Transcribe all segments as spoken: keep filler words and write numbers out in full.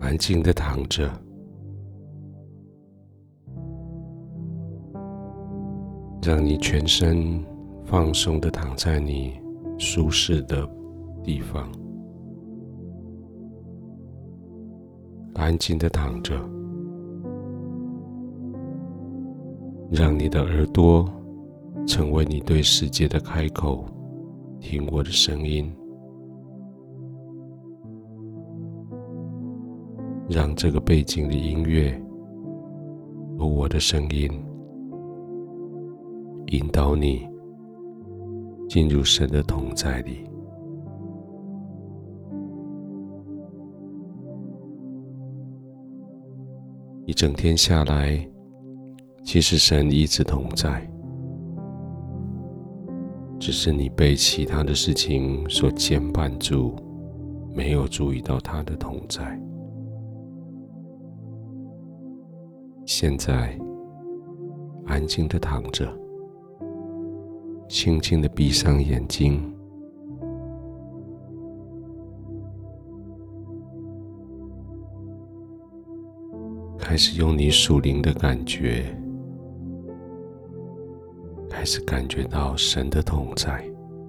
安静地躺着，让你全身放松地躺在你舒适的地方，安静地躺着，让你的耳朵成为你对世界的开口，听我的声音，让这个背景的音乐和我的声音引导你进入神的同在里。一整天下来，其实神一直同在，只是你被其他的事情所牵绊住，没有注意到他的同在。现在安静地躺着，轻轻地闭上眼睛，开始用你属灵的感觉，开始感觉到神的同在。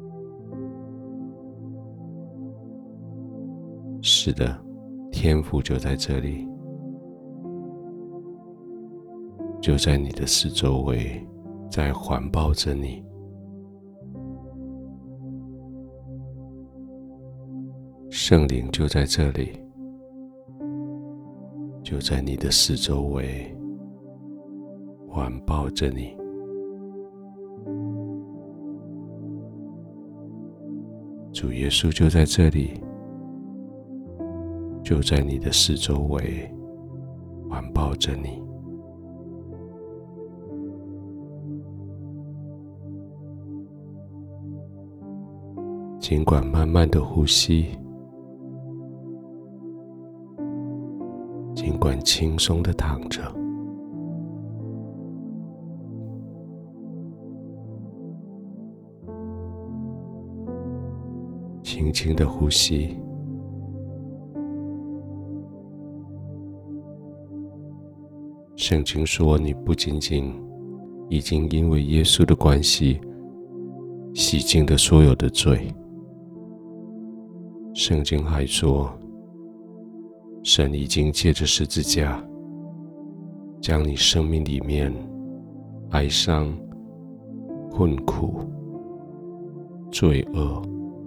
是的，天父就在这里，就在你的四周围，在环抱着你。圣灵就在这里，就在你的四周围，环抱着你。主耶稣就在这里，就在你的四周围，环抱着你。尽管慢慢的呼吸，尽管轻松的躺着，轻轻的呼吸。圣经说，你不仅仅已经因为耶稣的关系洗净了所有的罪，圣经还说，神已经借着十字架，将你生命里面哀伤、困苦、罪恶、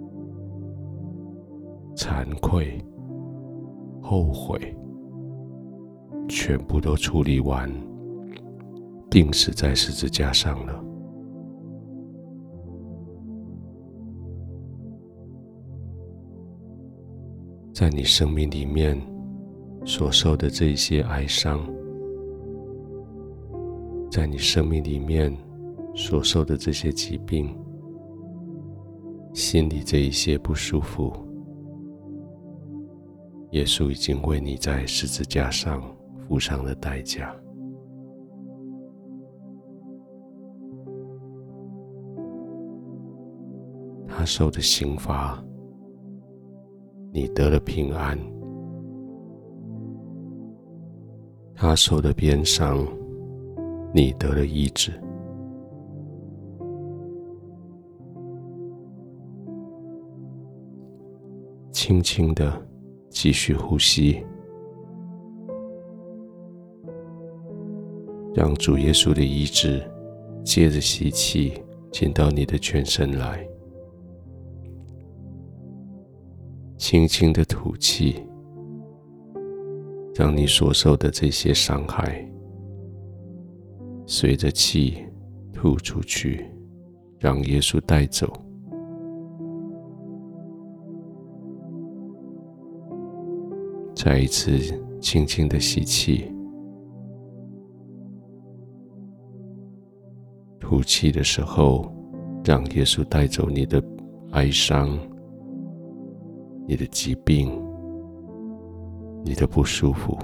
惭愧、后悔，全部都处理完，钉死在十字架上了。在你生命里面所受的这些哀伤，在你生命里面所受的这些疾病，心里这一些不舒服，耶稣已经为你在十字架上付上了代价。他受的刑罚，你得了平安；他受的鞭伤，你得了医治。轻轻的继续呼吸，让主耶稣的医治借着吸气进到你的全身来，轻轻的吐气，让你所受的这些伤害随着气吐出去，让耶稣带走。再一次轻轻的吸气，吐气的时候，让耶稣带走你的哀伤、你的疾病、你的不舒服。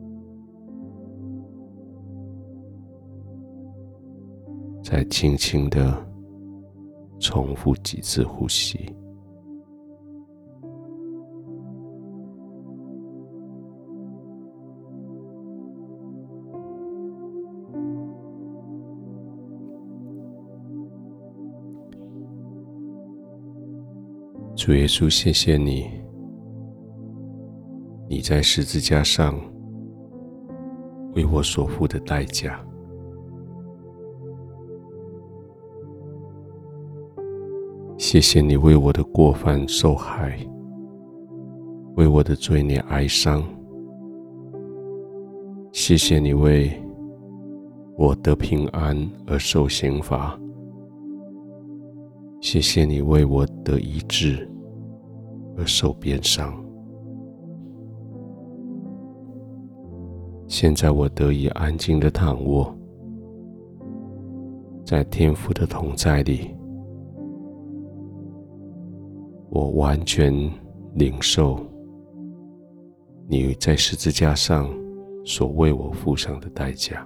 再轻轻的重复几次呼吸。 主耶稣，谢谢你，你在十字架上为我所付的代价。谢谢你为我的过犯受害，为我的罪孽哀伤。谢谢你为我得平安而受刑罚。谢谢你为我得医治而受鞭伤。现在我得以安静地躺卧，在天父的同在里，我完全领受你在十字架上所为我付上的代价。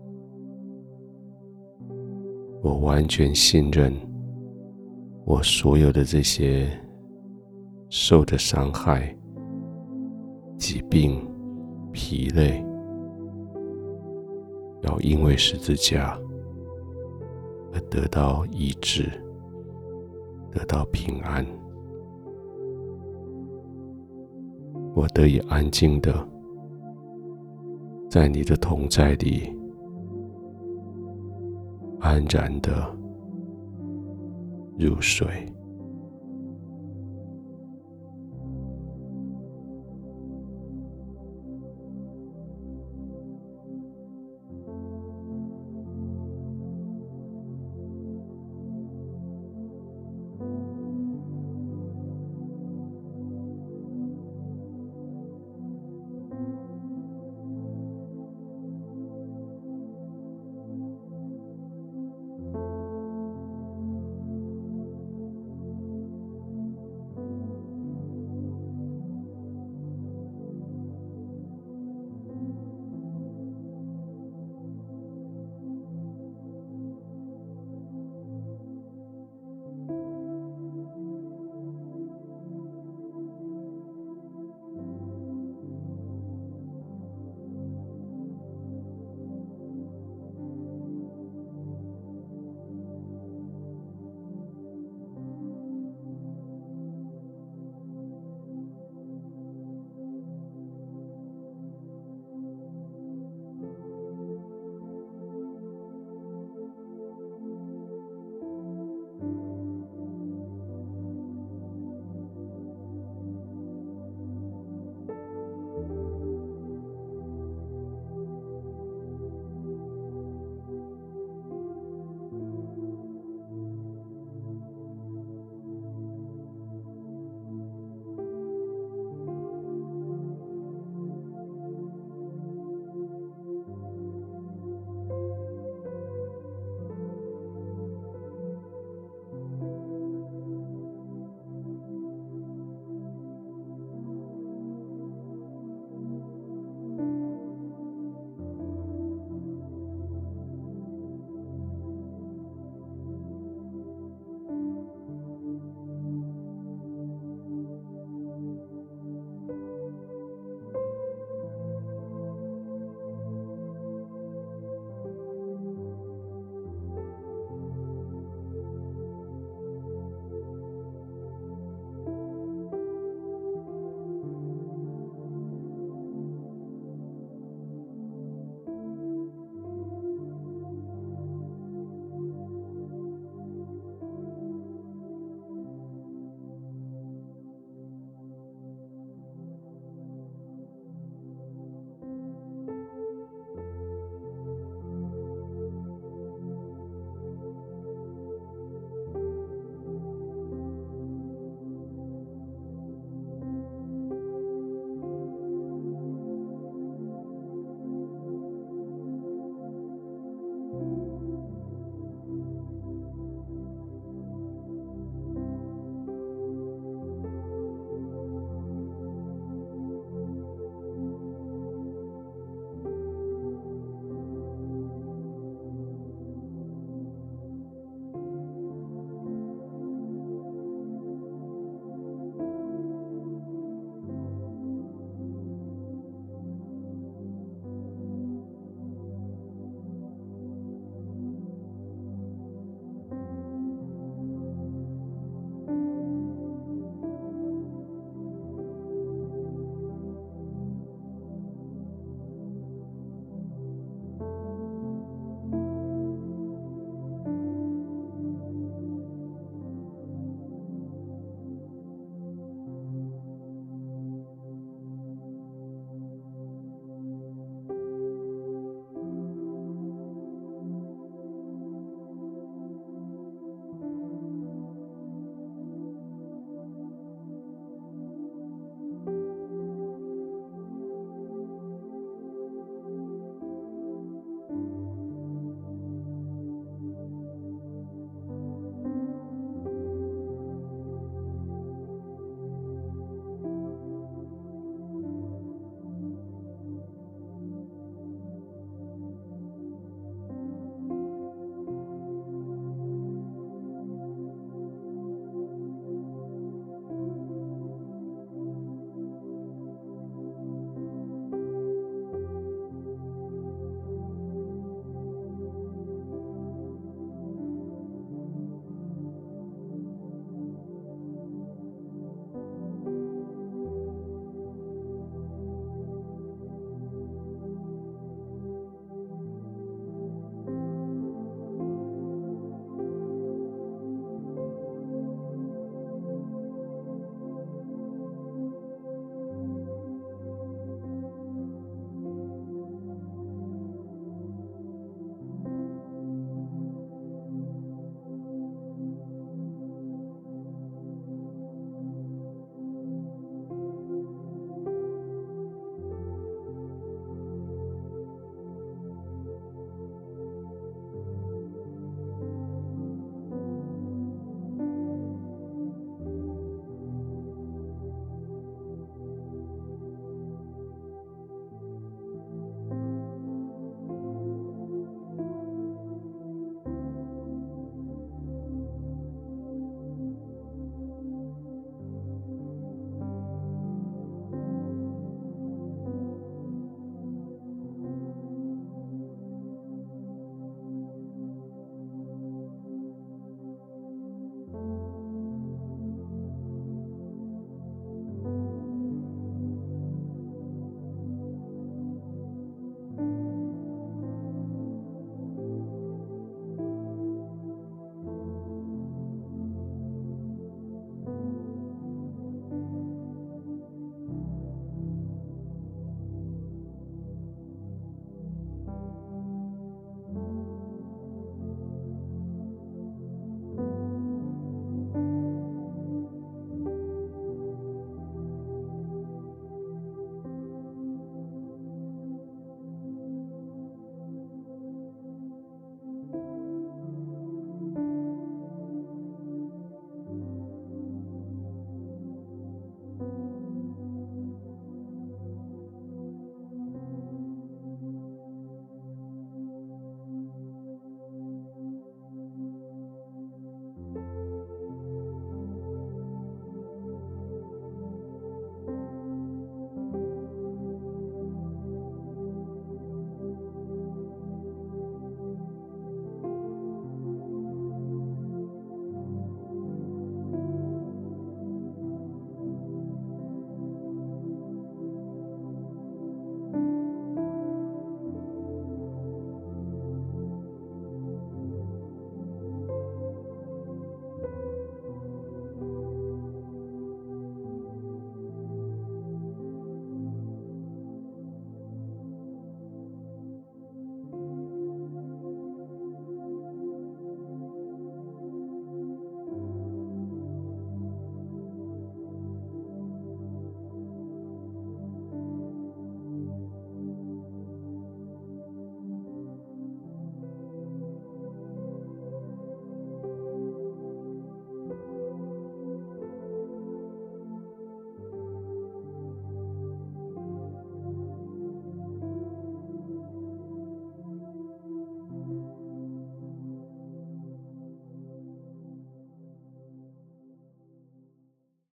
我完全信任我所有的这些受的伤害、疾病、疲累，要因为十字架而得到医治，得到平安。我得以安静的在你的同在里，安然的入睡。